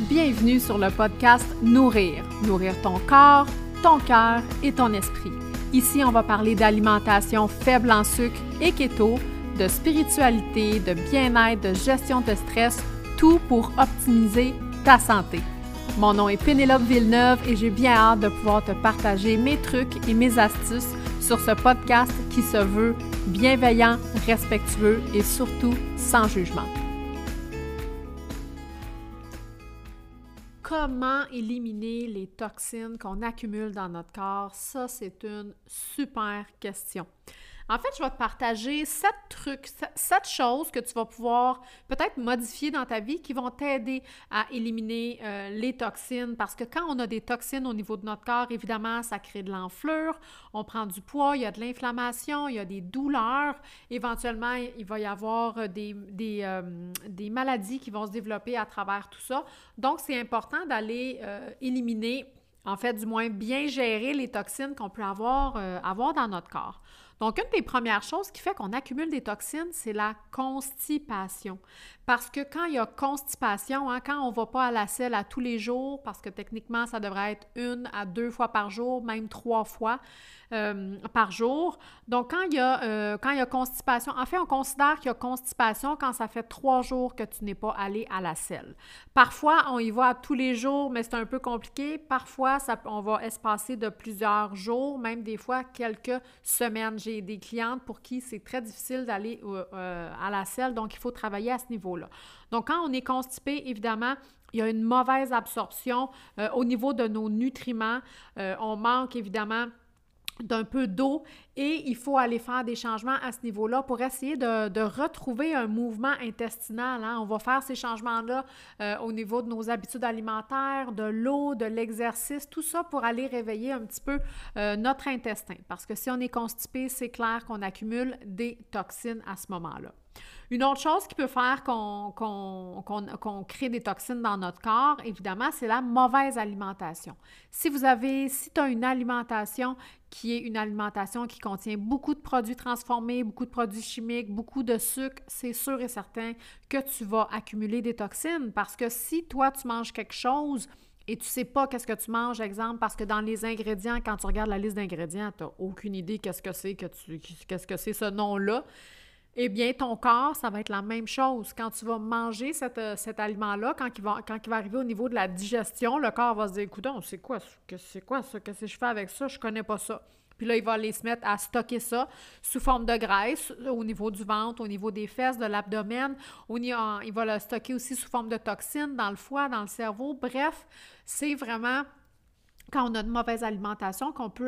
Bienvenue sur le podcast Nourrir. Nourrir ton corps, ton cœur et ton esprit. Ici, on va parler d'alimentation faible en sucre et keto, de spiritualité, de bien-être, de gestion de stress, tout pour optimiser ta santé. Mon nom est Pénélope Villeneuve et j'ai bien hâte de pouvoir te partager mes trucs et mes astuces sur ce podcast qui se veut bienveillant, respectueux et surtout sans jugement. Comment éliminer les toxines qu'on accumule dans notre corps? Ça, c'est une super question. En fait, je vais te partager 7 trucs, 7 choses que tu vas pouvoir peut-être modifier dans ta vie qui vont t'aider à éliminer les toxines. Parce que quand on a des toxines au niveau de notre corps, évidemment, ça crée de l'enflure, on prend du poids, il y a de l'inflammation, il y a des douleurs. Éventuellement, il va y avoir des maladies qui vont se développer à travers tout ça. Donc, c'est important d'aller éliminer, en fait, du moins bien gérer les toxines qu'on peut avoir dans notre corps. Donc, une des premières choses qui fait qu'on accumule des toxines, c'est la constipation. Parce que quand il y a constipation, quand on ne va pas à la selle à tous les jours, parce que techniquement, ça devrait être 1 à 2 fois par jour, même 3 fois par jour. Donc, quand il y a constipation, en fait, on considère qu'il y a constipation quand ça fait 3 jours que tu n'es pas allé à la selle. Parfois, on y va à tous les jours, mais c'est un peu compliqué. Parfois, on va espacer de plusieurs jours, même des fois quelques semaines. J'ai des clientes pour qui c'est très difficile d'aller à la selle, donc il faut travailler à ce niveau-là. Donc, quand on est constipé, évidemment, il y a une mauvaise absorption au niveau de nos nutriments. On manque évidemment d'un peu d'eau et il faut aller faire des changements à ce niveau-là pour essayer de retrouver un mouvement intestinal. On va faire ces changements-là au niveau de nos habitudes alimentaires, de l'eau, de l'exercice, tout ça pour aller réveiller un petit peu notre intestin. Parce que si on est constipé, c'est clair qu'on accumule des toxines à ce moment-là. Une autre chose qui peut faire qu'on crée des toxines dans notre corps, évidemment, c'est la mauvaise alimentation. Si tu as une alimentation qui est une alimentation qui contient beaucoup de produits transformés, beaucoup de produits chimiques, beaucoup de sucre, c'est sûr et certain que tu vas accumuler des toxines parce que si toi, tu manges quelque chose et tu ne sais pas qu'est-ce que tu manges, exemple, parce que dans les ingrédients, quand tu regardes la liste d'ingrédients, tu n'as aucune idée qu'est-ce que c'est ce nom-là, eh bien, ton corps, ça va être la même chose. Quand tu vas manger cet aliment-là, quand il va arriver au niveau de la digestion, le corps va se dire « Écoute, c'est quoi ça? Qu'est-ce que je fais avec ça? Je connais pas ça. » Puis là, il va aller se mettre à stocker ça sous forme de graisse au niveau du ventre, au niveau des fesses, de l'abdomen. Il va le stocker aussi sous forme de toxines dans le foie, dans le cerveau. Bref, c'est vraiment quand on a une mauvaise alimentation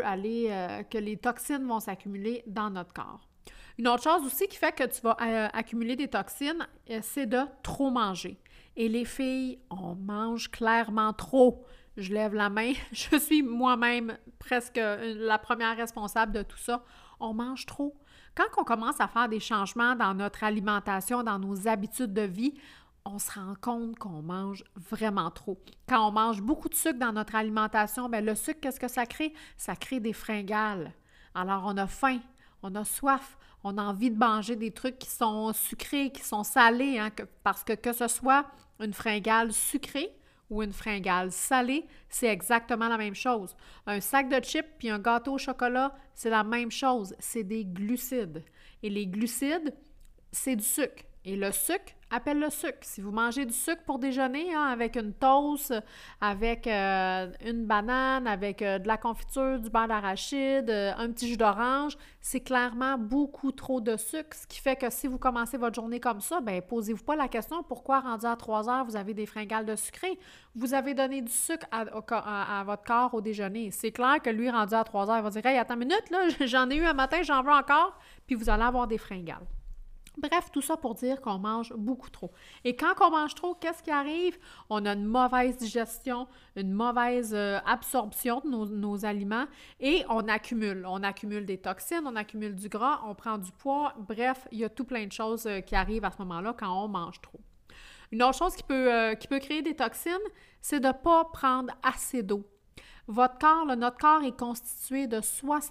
que les toxines vont s'accumuler dans notre corps. Une autre chose aussi qui fait que tu vas accumuler des toxines, c'est de trop manger. Et les filles, on mange clairement trop. Je lève la main, je suis moi-même presque la première responsable de tout ça. On mange trop. Quand on commence à faire des changements dans notre alimentation, dans nos habitudes de vie, on se rend compte qu'on mange vraiment trop. Quand on mange beaucoup de sucre dans notre alimentation, bien, le sucre, qu'est-ce que ça crée? Ça crée des fringales. Alors, on a faim, on a soif, on a envie de manger des trucs qui sont sucrés, qui sont salés, parce que ce soit une fringale sucrée ou une fringale salée, c'est exactement la même chose. Un sac de chips puis un gâteau au chocolat, c'est la même chose. C'est des glucides. Et les glucides, c'est du sucre. Et le sucre appelle le sucre. Si vous mangez du sucre pour déjeuner, avec une toast, avec une banane, avec de la confiture, du beurre d'arachide, un petit jus d'orange, c'est clairement beaucoup trop de sucre. Ce qui fait que si vous commencez votre journée comme ça, bien, posez-vous pas la question pourquoi, rendu à 3 heures, vous avez des fringales de sucré. Vous avez donné du sucre à votre corps au déjeuner. C'est clair que lui, rendu à 3 heures, il va dire « Hey, attends une minute, là, j'en ai eu un matin, j'en veux encore. » Puis vous allez avoir des fringales. Bref, tout ça pour dire qu'on mange beaucoup trop. Et quand on mange trop, qu'est-ce qui arrive? On a une mauvaise digestion, une mauvaise absorption de nos aliments et on accumule. On accumule des toxines, on accumule du gras, on prend du poids. Bref, il y a tout plein de choses qui arrivent à ce moment-là quand on mange trop. Une autre chose qui peut créer des toxines, c'est de ne pas prendre assez d'eau. Notre corps est constitué de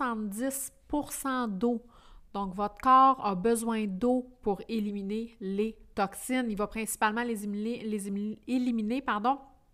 70% d'eau. Donc, votre corps a besoin d'eau pour éliminer les toxines. Il va principalement les éliminer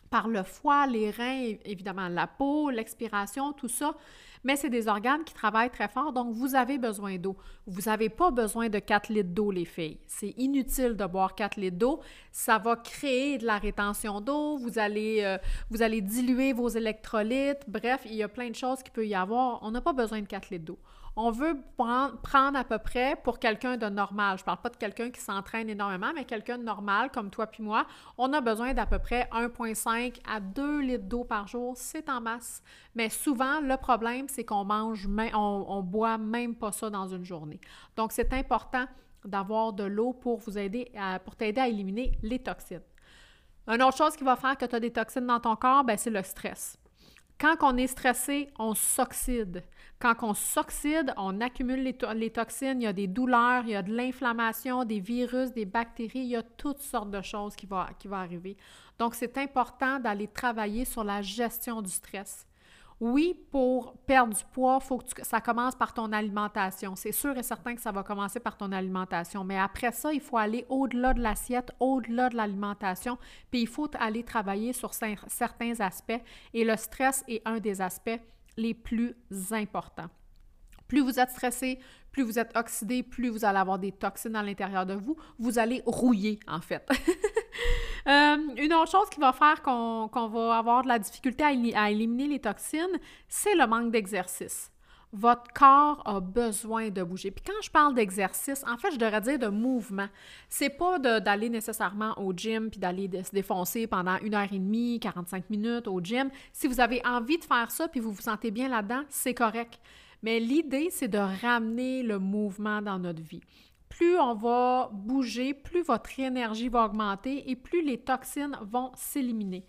par le foie, les reins, évidemment la peau, l'expiration, tout ça. Mais c'est des organes qui travaillent très fort, donc vous avez besoin d'eau. Vous n'avez pas besoin de 4 litres d'eau, les filles. C'est inutile de boire 4 litres d'eau. Ça va créer de la rétention d'eau, vous allez diluer vos électrolytes. Bref, il y a plein de choses qu'il peut y avoir. On n'a pas besoin de 4 litres d'eau. On veut prendre à peu près pour quelqu'un de normal. Je ne parle pas de quelqu'un qui s'entraîne énormément, mais quelqu'un de normal comme toi puis moi. On a besoin d'à peu près 1,5 à 2 litres d'eau par jour. C'est en masse. Mais souvent, le problème, c'est qu'on boit même pas ça dans une journée. Donc, c'est important d'avoir de l'eau pour t'aider à éliminer les toxines. Une autre chose qui va faire que tu as des toxines dans ton corps, c'est le stress. Quand on est stressé, on s'oxyde. Quand on s'oxyde, on accumule les toxines, il y a des douleurs, il y a de l'inflammation, des virus, des bactéries, il y a toutes sortes de choses qui vont arriver. Donc, c'est important d'aller travailler sur la gestion du stress. Oui, pour perdre du poids, il faut que ça commence par ton alimentation. C'est sûr et certain que ça va commencer par ton alimentation. Mais après ça, il faut aller au-delà de l'assiette, au-delà de l'alimentation, puis il faut aller travailler sur certains aspects. Et le stress est un des aspects les plus importants. Plus vous êtes stressé, plus vous êtes oxydé, plus vous allez avoir des toxines à l'intérieur de vous. Vous allez rouiller, en fait. Une autre chose qui va faire qu'on va avoir de la difficulté à éliminer les toxines, c'est le manque d'exercice. Votre corps a besoin de bouger. Puis quand je parle d'exercice, en fait, je devrais dire de mouvement. C'est pas d'aller nécessairement au gym puis d'aller se défoncer pendant 1h30, 45 minutes au gym. Si vous avez envie de faire ça puis vous vous sentez bien là-dedans, c'est correct. Mais l'idée, c'est de ramener le mouvement dans notre vie. Plus on va bouger, plus votre énergie va augmenter et plus les toxines vont s'éliminer.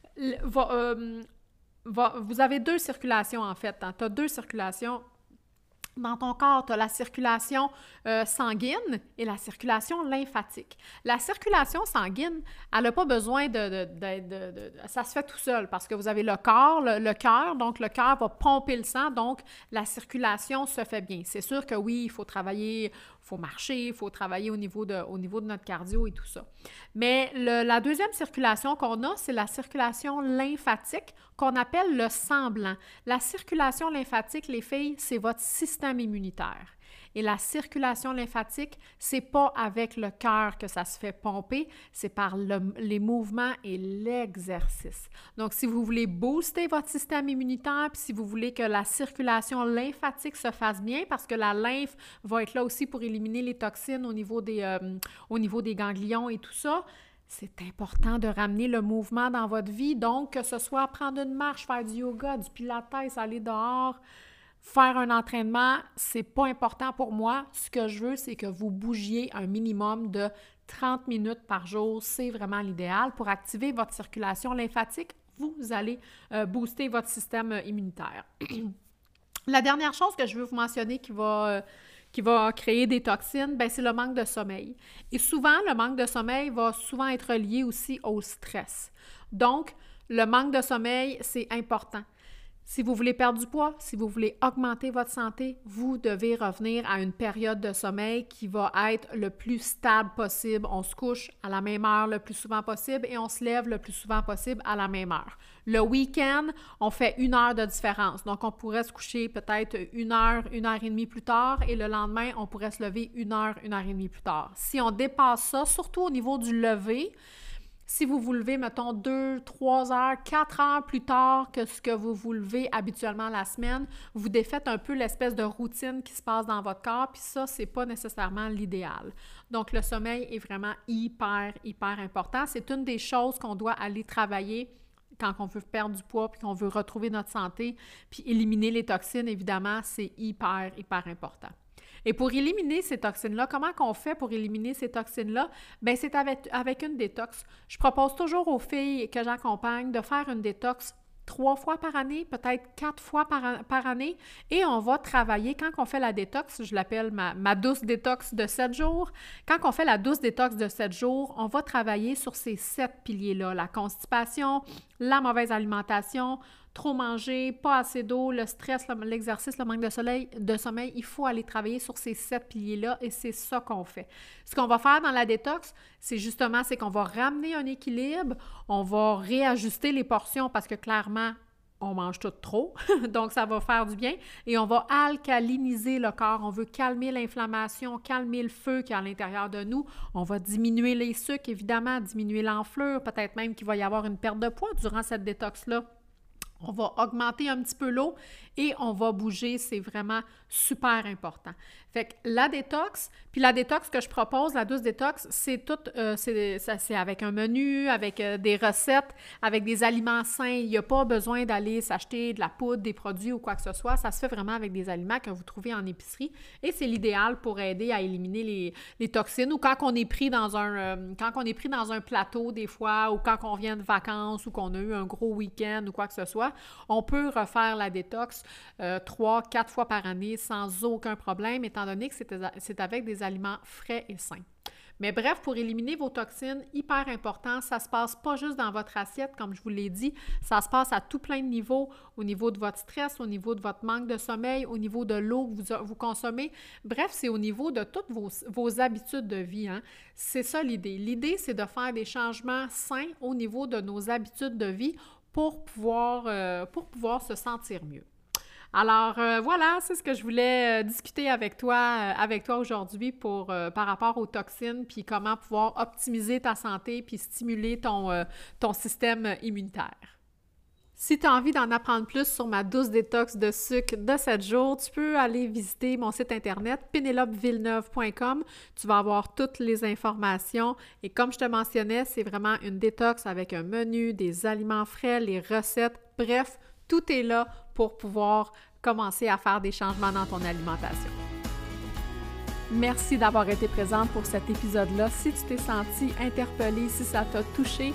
Vous avez 2 circulations, en fait. Tu as 2 circulations. Dans ton corps, tu as la circulation sanguine et la circulation lymphatique. La circulation sanguine, elle n'a pas besoin ça se fait tout seul parce que vous avez le corps, le cœur, donc le cœur va pomper le sang, donc la circulation se fait bien. C'est sûr que oui, il faut travailler, il faut marcher, il faut travailler au niveau de notre cardio et tout ça. Mais la deuxième circulation qu'on a, c'est la circulation lymphatique qu'on appelle le sang blanc. La circulation lymphatique, les filles, c'est votre système immunitaire. Et la circulation lymphatique, c'est pas avec le cœur que ça se fait pomper, c'est par les mouvements et l'exercice. Donc, si vous voulez booster votre système immunitaire, puis si vous voulez que la circulation lymphatique se fasse bien, parce que la lymphe va être là aussi pour éliminer les toxines au niveau des ganglions et tout ça, c'est important de ramener le mouvement dans votre vie. Donc, que ce soit prendre une marche, faire du yoga, du pilates, aller dehors, faire un entraînement, c'est pas important pour moi. Ce que je veux, c'est que vous bougiez un minimum de 30 minutes par jour. C'est vraiment l'idéal. Pour activer votre circulation lymphatique, vous allez booster votre système immunitaire. La dernière chose que je veux vous mentionner qui va créer des toxines, c'est le manque de sommeil. Et souvent, le manque de sommeil va souvent être lié aussi au stress. Donc, le manque de sommeil, c'est important. Si vous voulez perdre du poids, si vous voulez augmenter votre santé, vous devez revenir à une période de sommeil qui va être le plus stable possible. On se couche à la même heure le plus souvent possible et on se lève le plus souvent possible à la même heure. Le week-end, on fait 1 heure de différence. Donc, on pourrait se coucher peut-être 1 heure, 1 heure et demie plus tard et le lendemain, on pourrait se lever 1 heure, 1 heure et demie plus tard. Si on dépasse ça, surtout au niveau du lever, si vous vous levez, mettons, 2, 3 heures, 4 heures plus tard que ce que vous vous levez habituellement la semaine, vous défaites un peu l'espèce de routine qui se passe dans votre corps, puis ça, c'est pas nécessairement l'idéal. Donc, le sommeil est vraiment hyper, hyper important. C'est une des choses qu'on doit aller travailler quand on veut perdre du poids, puis qu'on veut retrouver notre santé, puis éliminer les toxines, évidemment, c'est hyper, hyper important. Et pour éliminer ces toxines-là, comment qu'on fait pour éliminer ces toxines-là? C'est avec une détox. Je propose toujours aux filles que j'accompagne de faire une détox 3 fois par année, peut-être 4 fois par année, et on va travailler, quand on fait la détox, je l'appelle ma douce détox de 7 jours, quand on fait la douce détox de 7 jours, on va travailler sur ces 7 piliers-là, la constipation, la mauvaise alimentation, trop manger, pas assez d'eau, le stress, l'exercice, le manque de sommeil, il faut aller travailler sur ces 7 piliers-là et c'est ça qu'on fait. Ce qu'on va faire dans la détox, c'est qu'on va ramener un équilibre, on va réajuster les portions parce que clairement, on mange tout trop, donc ça va faire du bien. Et on va alcaliniser le corps. On veut calmer l'inflammation, calmer le feu qui est à l'intérieur de nous. On va diminuer les sucres, évidemment, diminuer l'enflure. Peut-être même qu'il va y avoir une perte de poids durant cette détox-là. On va augmenter un petit peu l'eau et on va bouger, c'est vraiment super important. Fait que la détox que je propose, la douce détox, c'est tout, c'est avec un menu, avec des recettes, avec des aliments sains. Il n'y a pas besoin d'aller s'acheter de la poudre, des produits ou quoi que ce soit. Ça se fait vraiment avec des aliments que vous trouvez en épicerie et c'est l'idéal pour aider à éliminer les toxines ou quand on est pris dans un plateau des fois ou quand on vient de vacances ou qu'on a eu un gros week-end ou quoi que ce soit. On peut refaire la détox 3-4 fois par année sans aucun problème, étant donné que c'est avec des aliments frais et sains. Mais bref, pour éliminer vos toxines, hyper important, ça se passe pas juste dans votre assiette, comme je vous l'ai dit, ça se passe à tout plein de niveaux, au niveau de votre stress, au niveau de votre manque de sommeil, au niveau de l'eau que vous consommez. Bref, c'est au niveau de toutes vos habitudes de vie, hein. C'est ça l'idée. L'idée, c'est de faire des changements sains au niveau de nos habitudes de vie pour pouvoir se sentir mieux. Alors voilà, c'est ce que je voulais discuter avec toi aujourd'hui par rapport aux toxines, puis comment pouvoir optimiser ta santé puis stimuler ton système immunitaire. Si tu as envie d'en apprendre plus sur ma douce détox de sucre de 7 jours, tu peux aller visiter mon site internet penelopevilleneuve.com. Tu vas avoir toutes les informations et comme je te mentionnais, c'est vraiment une détox avec un menu, des aliments frais, les recettes, bref, tout est là pour pouvoir commencer à faire des changements dans ton alimentation. Merci d'avoir été présente pour cet épisode-là. Si tu t'es senti interpellé, si ça t'a touché,